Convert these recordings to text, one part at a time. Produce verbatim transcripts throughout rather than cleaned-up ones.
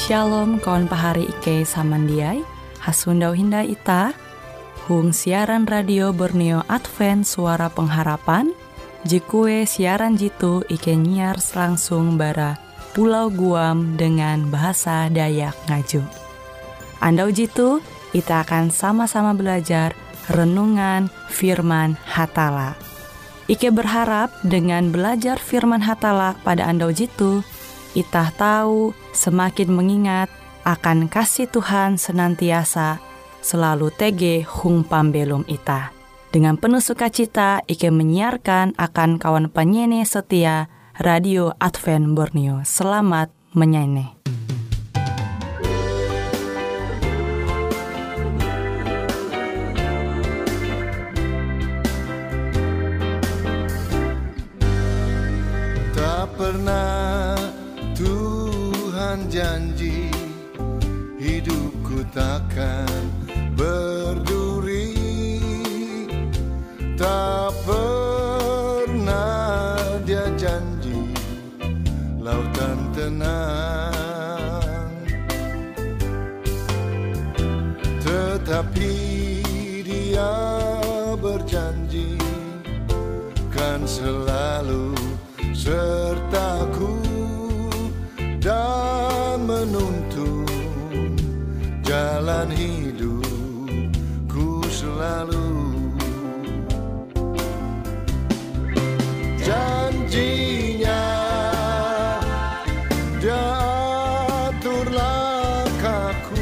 Shalom kawan pahari Ike samandiai, hasundau hinda ita, hung siaran radio Borneo Advent Suara Pengharapan, jikue siaran jitu Ike nyiar langsung bara Pulau Guam dengan bahasa Dayak Ngaju. Andau jitu, kita akan sama-sama belajar renungan firman Hatala. Ike berharap dengan belajar firman Hatala pada andau jitu, itah tahu semakin mengingat akan kasih Tuhan senantiasa selalu tege hung pambelum itah. Dengan penuh sukacita Ike menyiarkan akan kawan penyanyi setia Radio Advent Borneo. Selamat menyanyi. Tak pernah Tuhan janji hidupku takkan berduri, tak pernah Dia janji lautan tenang, tetapi Dia berjanji kan selalu sertaku dan menuntun jalan hidupku selalu. Janjinya Dia atur langkahku,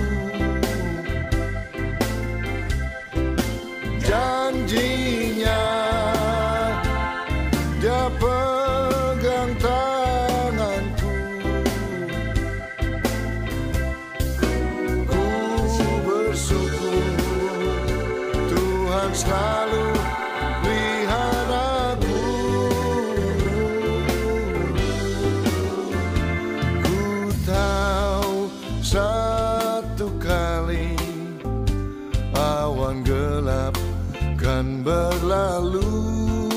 janjinya Dia pegang tanganku. Ku bersyukur Tuhan selalu lihat aku. Ku tahu satu kali awan gelap kan berlalu,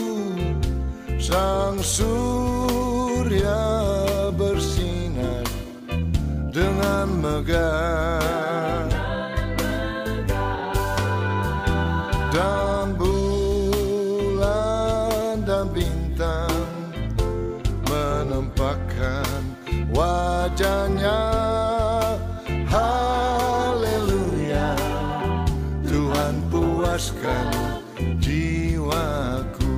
Sang surya bersinar dengan megah, dan bulan dan bintang menampakkan wajahnya. Haleluya, Tuhan puaskan jiwaku.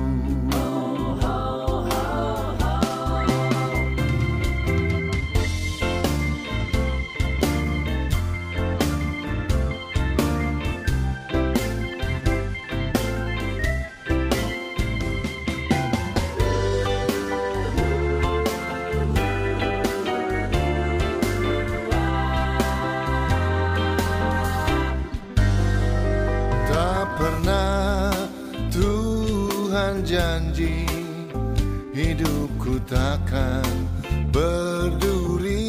Pernah Tuhan janji hidupku takkan berduri,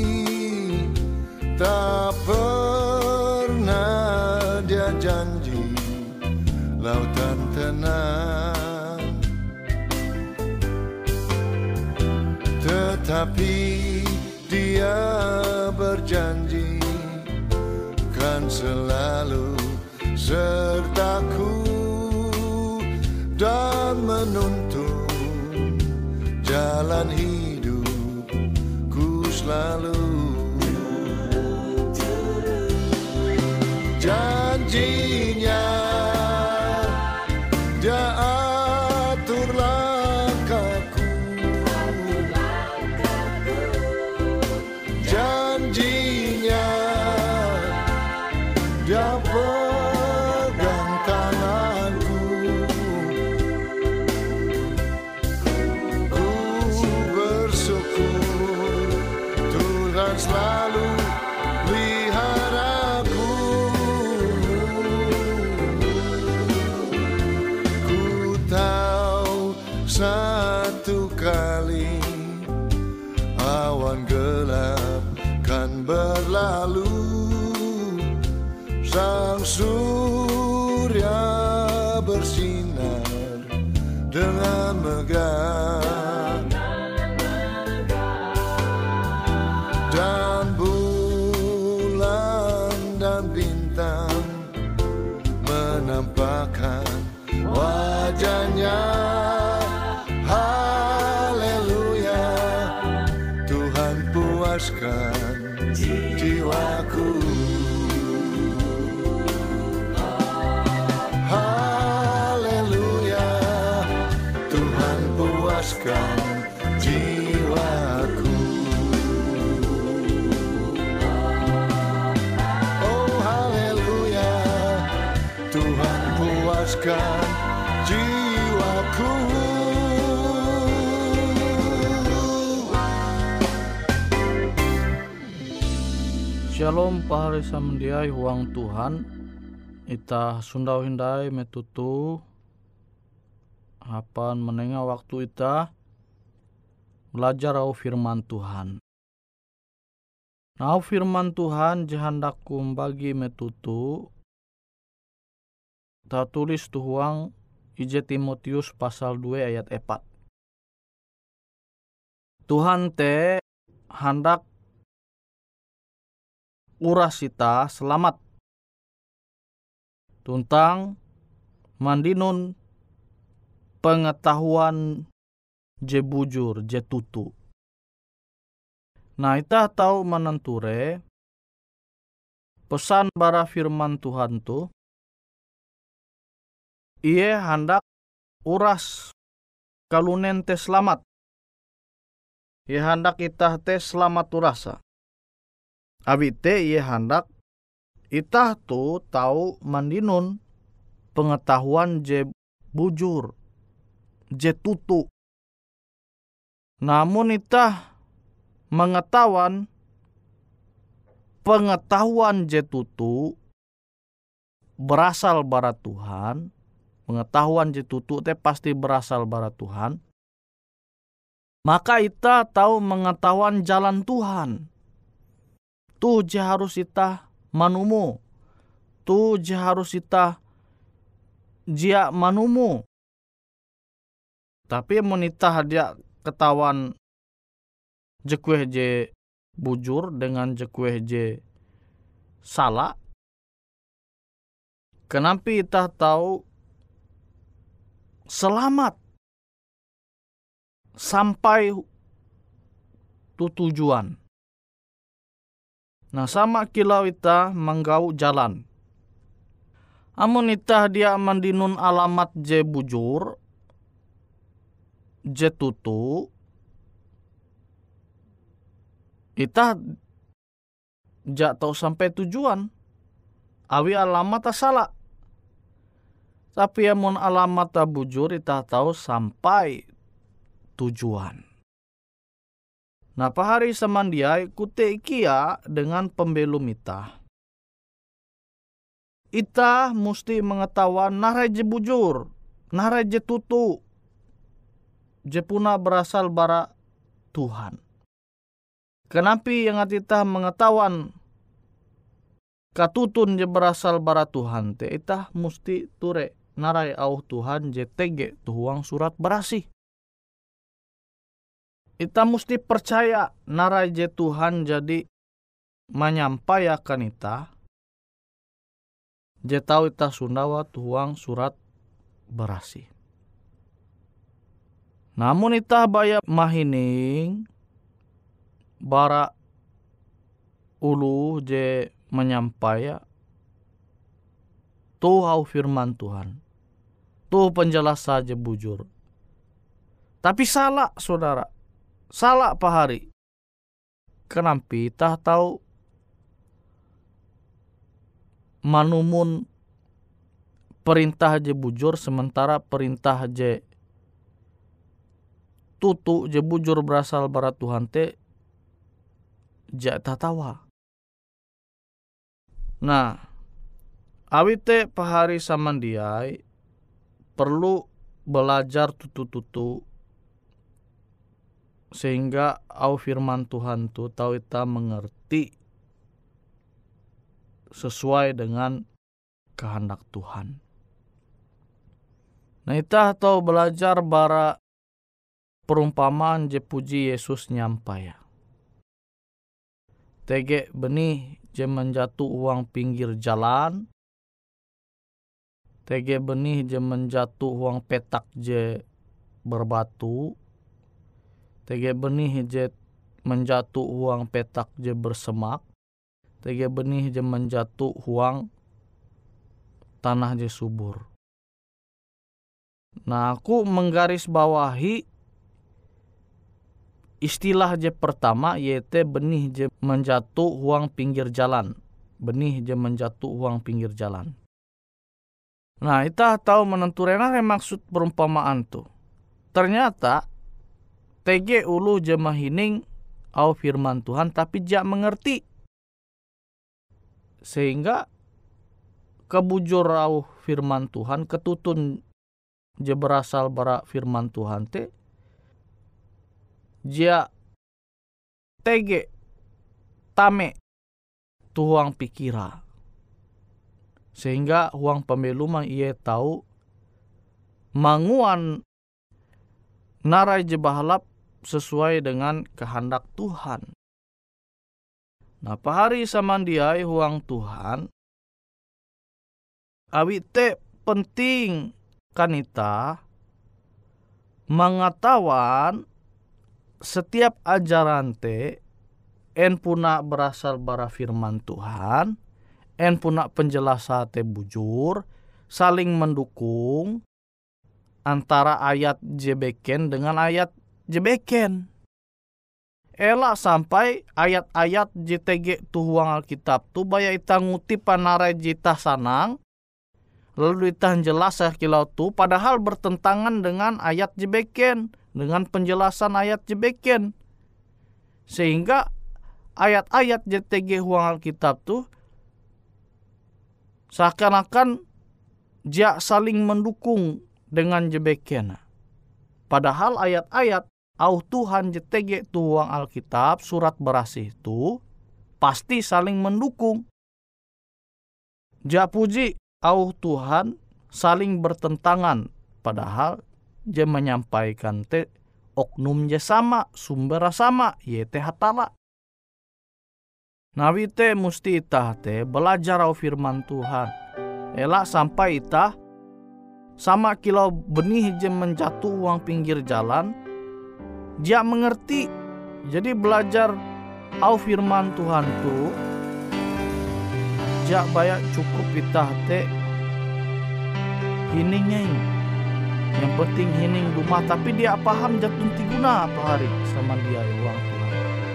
tak pernah Dia janji lautan tenang, tetapi Dia berjanji kan selalu sertaku dan menuntun jalan hidupku selalu. Janjinya Dia atur langkahku, janjinya Dia pegang tanganku. Ku bersyukur Tuhan selalu lihat aku. Ku tahu satu kali awan gelap kan berlalu, Sang surya bersinar dengan megah, dan bulan cerahkan wajahnya. Haleluya, Tuhan puaskan jiwaku. Haleluya, Tuhan puaskan jiwaku. Oh haleluya, Tuhan puaskan jiwaku. Shalom pahari samandiai huang Tuhan. Ita sundau hindai metutu hapan menengah waktu ita belajar au firman Tuhan. Nah, au firman Tuhan jahandaku bagi metutu ta tulis tu huang Ije Timotius pasal dua ayat empat. Tuhan te hendak uras ita selamat tuntang mandinun pengetahuan je bujur je tutu. Nah, ita tahu menenture pesan bara firman Tuhan tu ie hendak uras kalunen te selamat. Ie hendak ita te selamat urasa. Abi te ie hendak itah tu tahu mandinun pengetahuan je bujur, je tutu. Namun itah mengetahuan pengetahuan je tutu berasal bara Tuhan. Pengetahuan je tutu te pasti berasal bara Tuhan. Maka itah tahu mengetahuan jalan Tuhan. Tu je harus itah manumu. Tu je harus itah jia manumu. Tapi menitah dia ketahuan je kueh je bujur dengan je kueh je salah. Kenapa itah tahu selamat sampai tu tujuan. Nah, sama kilau ita menggau jalan. Amun ita dia mandinun alamat je bujur, je tutu, ita jak tahu sampai tujuan. Awi alamat salah. Tapi amun alamat bujur ita tahu sampai tujuan. Nah, pahari samandiai kute ikia dengan pembelum ita. Ita mesti mengetahuan narai je bujur, narai je tutu, je puna berasal bara Tuhan. Kenapa yang ita mengetahuan katutun je berasal bara Tuhan te ita mesti ture narai au Tuhan je tege tuhuang surat berasih. Ita mesti percaya narai je Tuhan jadi menyampaikan ita. Je tahu ita sundawa tuhuang surat berasih. Namun ita baya mahining bara ulu je menyampaikan tu hau firman Tuhan. Tu penjelasan je bujur. Tapi salah saudara. Salah pahari. Kenapa ita tahu manumun perintah je bujur sementara perintah je tutu je bujur berasal bara Tuhan te jak tatawa. Nah, awite pahari samandiai perlu belajar tutu-tutu sehingga au firman Tuhan tu tahu ita mengerti sesuai dengan kehendak Tuhan. Nah, ita tahu belajar bara perumpamaan je puji Yesus nyampai. Tege benih je menjatuh uang pinggir jalan. Tege benih je menjatuh huang petak je berbatu. Tege benih je menjatuh huang petak je bersemak. Tege benih je menjatuh huang tanah je subur. Nah, aku menggaris bawahi istilah je pertama yaitu benih je menjatuh huang pinggir jalan. Benih je menjatuh huang pinggir jalan. Nah, kita tahu menenturena maksud perumpamaan tu. Ternyata tege ulu je mahining au firman Tuhan tapi jak mengerti. Sehingga kebujur au firman Tuhan, ketutun je berasal bara firman Tuhan te dia tege tame tuang pikira. Sehingga huang pembelu mang ia tahu manguan narai je bahalap sesuai dengan kehendak Tuhan. Nah, pahari samandiai huang Tuhan awi te penting kanita mengatawan setiap ajaran te en puna berasal bara firman Tuhan, en puna penjelasan te bujur, saling mendukung antara ayat jebeken dengan ayat jebeken. Ela sampai ayat-ayat J T G tu huang Alkitab tu baya ita ngutip panarai jita sanang, lalu ita jelas kilau tu padahal bertentangan dengan ayat jebeken, dengan penjelasan ayat jebeken. Sehingga ayat-ayat J T G huang Alkitab tu seakan-akan dia saling mendukung dengan jebeken. Padahal ayat-ayat au Tuhan J T G tu huang Alkitab surat berasih tu pasti saling mendukung. Ja puji au Tuhan saling bertentangan padahal dia menyampaikan te oknum je sama, sumber sama, yaitu hatala. Nawi te musti itah te belajar au firman Tuhan. Elak sampai itah sama kilau benih je menjatuh uang pinggir jalan, dia mengerti. Jadi belajar au firman Tuhan tu dia banyak cukup itah te hining. Yang penting hining rumah tapi dia paham jatun tiguna apa hari sama dia uang Tuhan.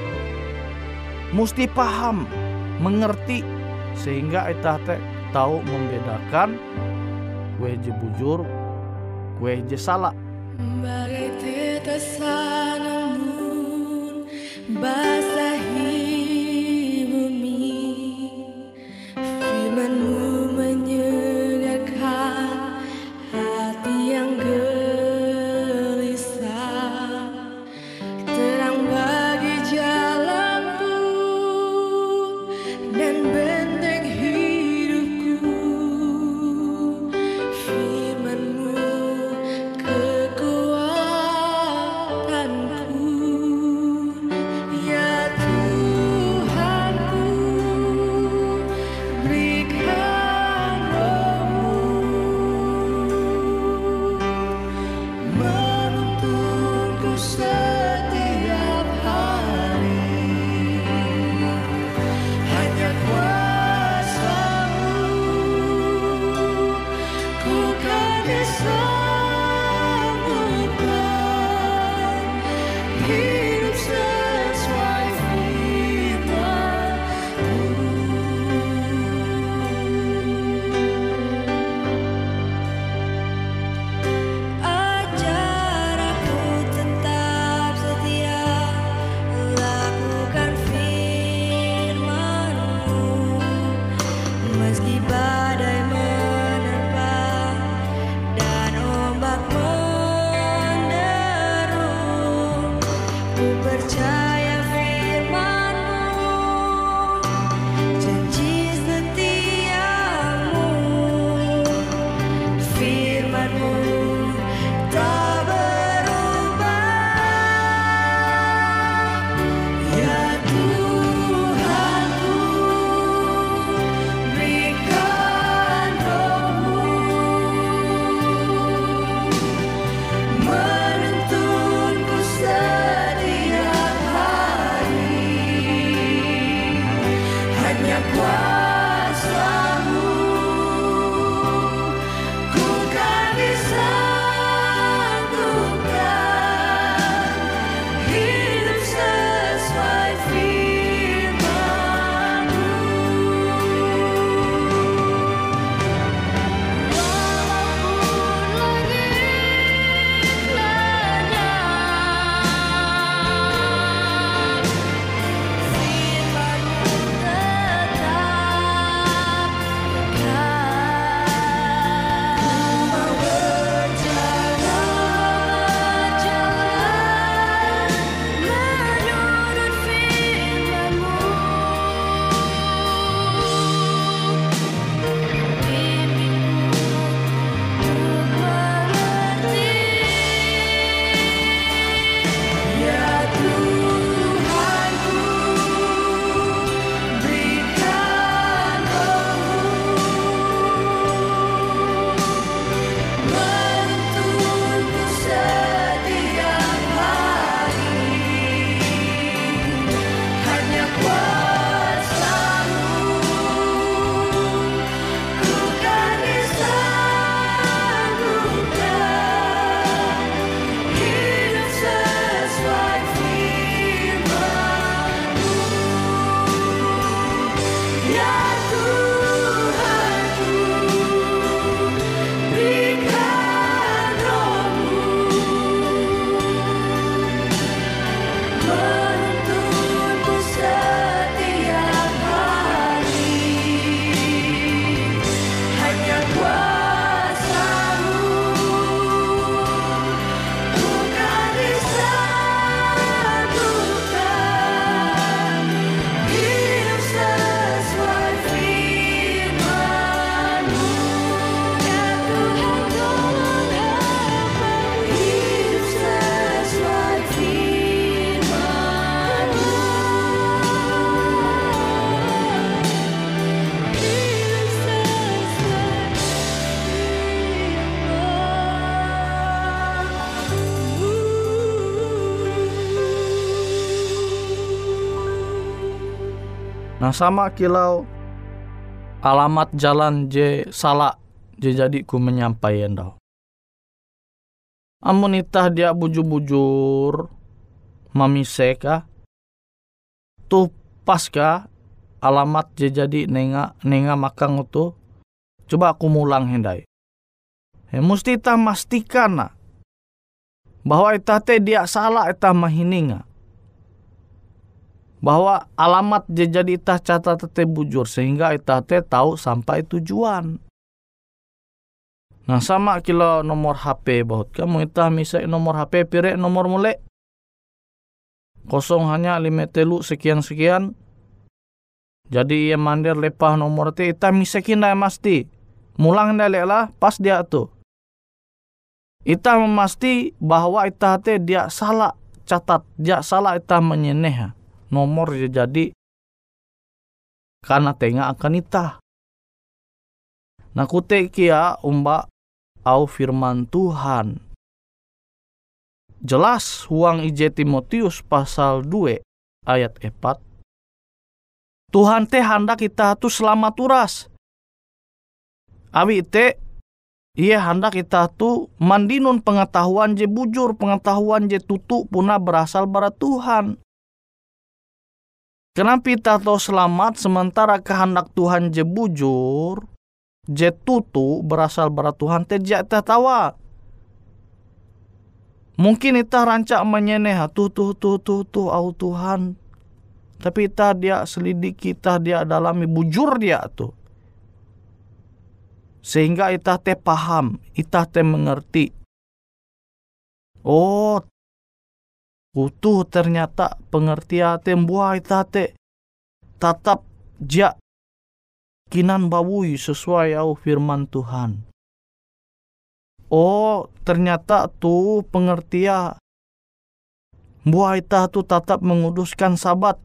Musti paham, mengerti sehingga itah te tahu membedakan kue je bujur, kue je salah. Bagai tetesan embun basahi bumi, firman-Mu menyegarkan hati yang gelisah, terang bagi jalanku dan benteng hidupku. Firman-Mu kekuatanku, ya Tuhan. Nah sama kilau alamat jalan je salah je jadi ku menyampaikan dah. Amun itah dia bujur-bujur mamiseka tuh pas ka alamat je jadi nenga nenga makang itu. Coba aku mulang hendai. He mesti itah mastikan na bahwa itah te dia salah itah mahininga. Bahwa alamat je jadi itah catat te bujur sehingga itah te tahu sampai tujuan. Nah sama kilo nomor H P bahut kamu itah misai nomor H P pire nomor mule kosong hanya lima telu sekian sekian. Jadi ia mandir lepah nomor te itah misakin dah mesti mulang dah lah pas dia tu. Itah memasti bahwa itah te dia salah catat dia salah itah menyeneh nomor je jadi karena tengah akan itah. Nah kute kia umba au firman Tuhan. Jelas huang ije Timotius pasal dua ayat empat. Tuhan teh hendak kita tu selamat uras. Abi te ia hendak kita tu mandinun pengetahuan je bujur, pengetahuan je tutu puna berasal bara Tuhan. Kenapa kita tahu selamat sementara kehendak Tuhan je bujur? Je tutu berasal bara Tuhan te jak ta tawa. Mungkin ita rancak menyeneh tu tu tu tu tu au Tuhan. Tapi ita dia selidik kita dia dalami bujur dia tu. Sehingga ita te paham, ita te mengerti. Oh, utuh ternyata pengertian te buah ita te tatap jak kinan bawui sesuai au firman Tuhan. Oh, ternyata tu pengertian buah ita tu tetap menguduskan sabat.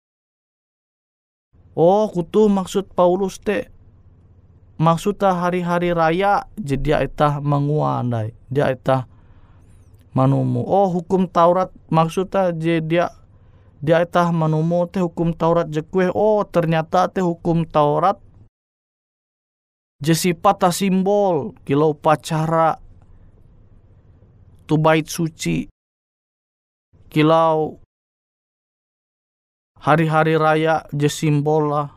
Oh, kutu maksud Paulus te maksudnya hari-hari raya jadi ita menguandai. Dia ita manumu. Oh, hukum Taurat maksudnya je dia dia ita manumu te hukum Taurat je kue. Oh, ternyata te hukum Taurat je sifat simbol kilau upacara tu bait suci kilau hari-hari raya je simbol lah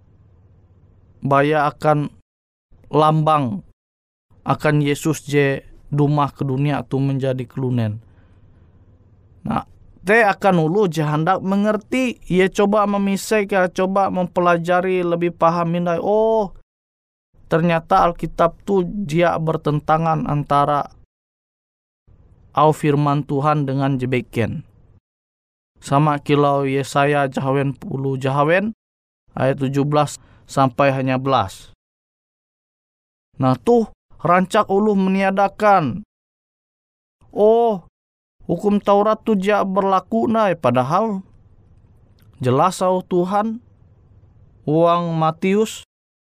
baya akan lambang akan Yesus je dumah ke dunia tu menjadi kelunen. Nah, te akan ulu je hendak mengerti, ia coba memisai ke, coba mempelajari lebih paham indai. Oh, ternyata Alkitab tu dia bertentangan antara au firman Tuhan dengan jebeken. Sama kilau Yesaya jahawen puluh jahawen ayat tujuh belas sampai hanya belas. Nah tuh rancak ulu meniadakan. Oh, hukum Taurat tu dia berlaku nai padahal jelas au Tuhan uang Matius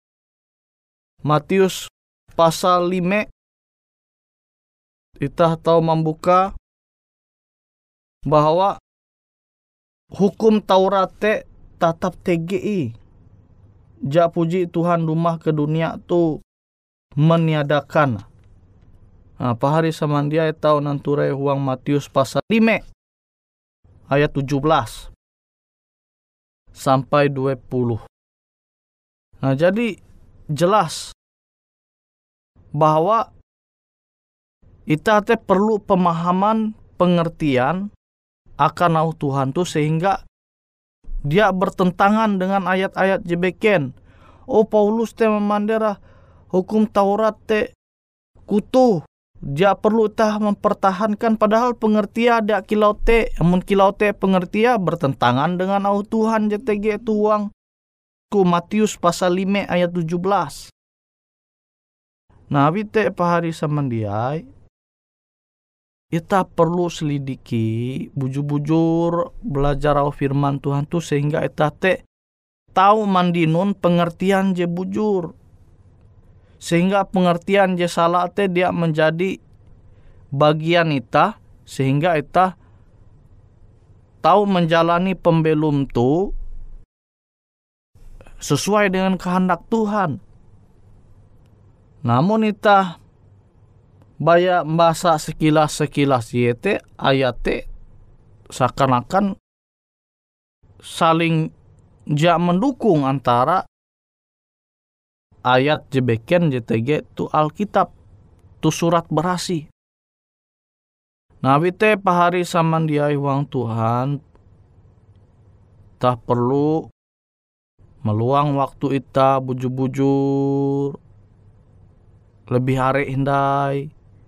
Matius pasal lima kita tahu membuka bahwa hukum Taurat te tetap T G I. Ja puji Tuhan rumah ke dunia tu meniadakan. Nah, pahari samandia tahu nanture huang Matius pasal lima ayat tujuh belas sampai dua puluh. Nah, jadi jelas bahwa kita te perlu pemahaman pengertian akan au Tuhan tu sehingga dia bertentangan dengan ayat-ayat jebeken. Oh, Paulus te memandera hukum Taurat te kutu. Dia perlu tah mempertahankan padahal pengertian dia kilau te, amun kilau te pengertian bertentangan dengan au Tuhan J T G tuang. Ku Matius pasal lima ayat tujuh belas. Nah, bite pahari samandiai. Kita perlu selidiki, bujur-bujur belajar au firman Tuhan tu sehingga kita te tahu mandinun pengertian je bujur. Sehingga pengertian je salah te dia menjadi bagian kita sehingga kita tahu menjalani pembelum tu sesuai dengan kehendak Tuhan. Namun ita baya bahasa sekilas-sekilas yete ayat te seakan-akan saling ja mendukung antara ayat jebeken J T G tu Alkitab tu surat berasi. Nah wite pahari samandiai wang Tuhan tak perlu meluang waktu ita bujur-bujur lebih hari hindai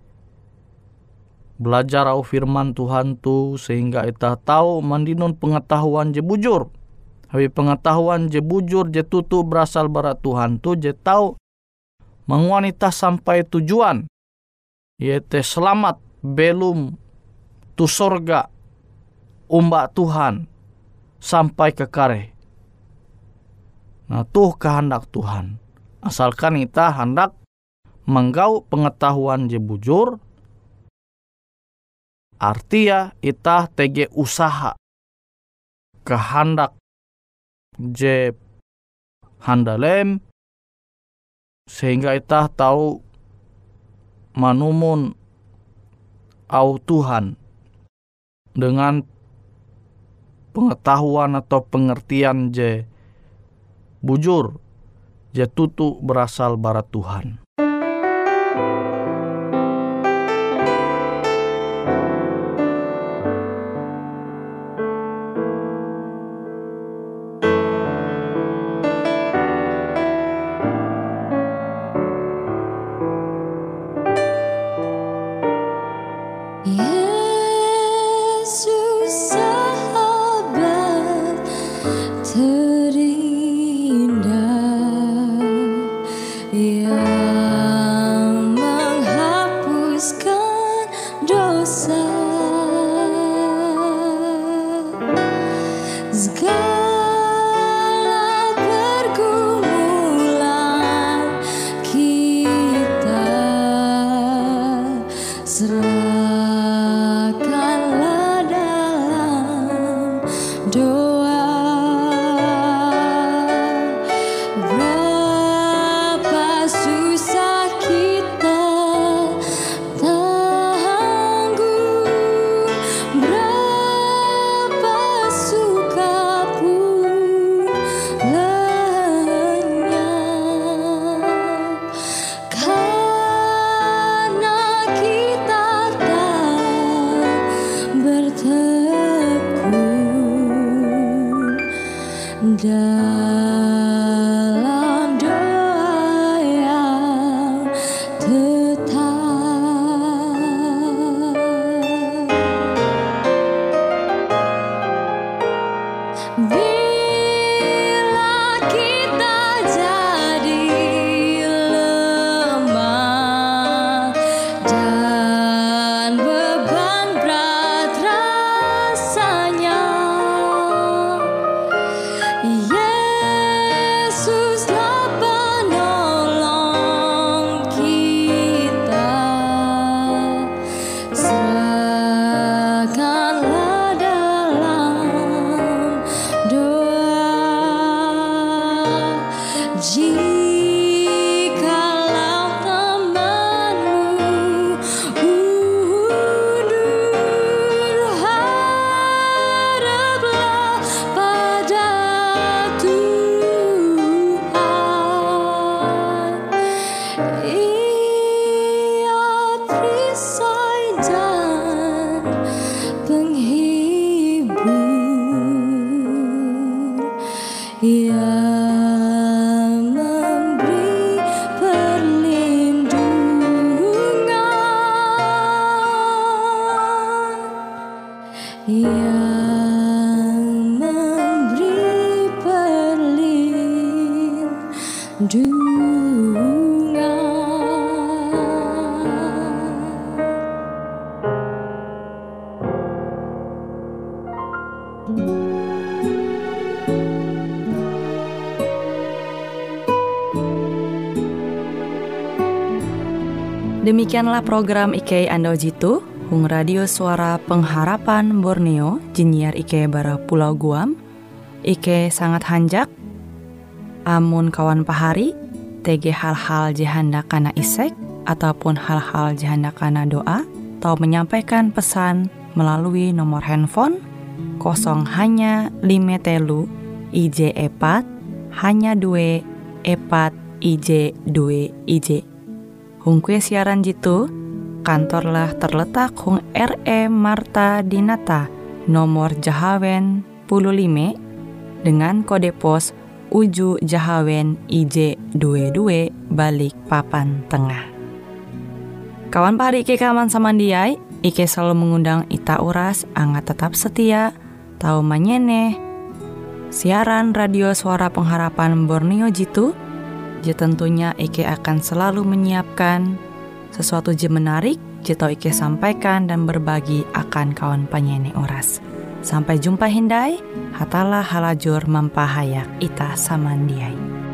belajar au firman Tuhan tu sehingga ita tahu mandinun pengetahuan je bujur. Habis pengetahuan je bujur je tutu berasal bara Tuhan tu je tahu menguanita sampai tujuan yaitu selamat belum tu sorga umbak Tuhan sampai ke kare. Nah tuh kehendak Tuhan. Asalkan kita hendak menggau pengetahuan je bujur, artinya kita tege usaha kehendak je handalem sehingga kita tahu manumun au Tuhan dengan pengetahuan atau pengertian je bujur je tutu berasal bara Tuhan. Dalam doa yang tetap, bila kita jadi lemah dan beban berat rasanya, Yesuslah penolong kita. Serahkanlah dalam doa. Jikalau temanmu undur, haraplah pada Tuhan. Ia perisai dan penghibur, Ia memberi perlindungan, Ia memberi perlindungan. Demikianlah program I K Ando Jitu, Hung Radio Suara Pengharapan Borneo, Jinnyar I K Bara Pulau Guam. I K sangat hanjak, Amun kawan pahari, T G hal-hal jihanda kana isek, ataupun hal-hal jihanda kana doa, atau menyampaikan pesan melalui nomor handphone kosong hanya lima telu I J epat hanya dua epat I J dua I J. Hung kue siaran jitu, kantorlah terletak hung R E Marta Dinata, nomor Jahawen puluh lima, dengan kode pos Uju Jahawen I J dua dua balik papan tengah. Kawan pahari Ike kaman samandiai, Ike selalu mengundang ita uras angga tetap setia, tahu manyeneh siaran radio suara pengharapan Borneo jitu. Je tentunya Ike akan selalu menyiapkan sesuatu je menarik, je tau Ike sampaikan dan berbagi akan kawan penyeneh uras. Sampai jumpa hindai, hatalah halajur mampahayak ita samandiai.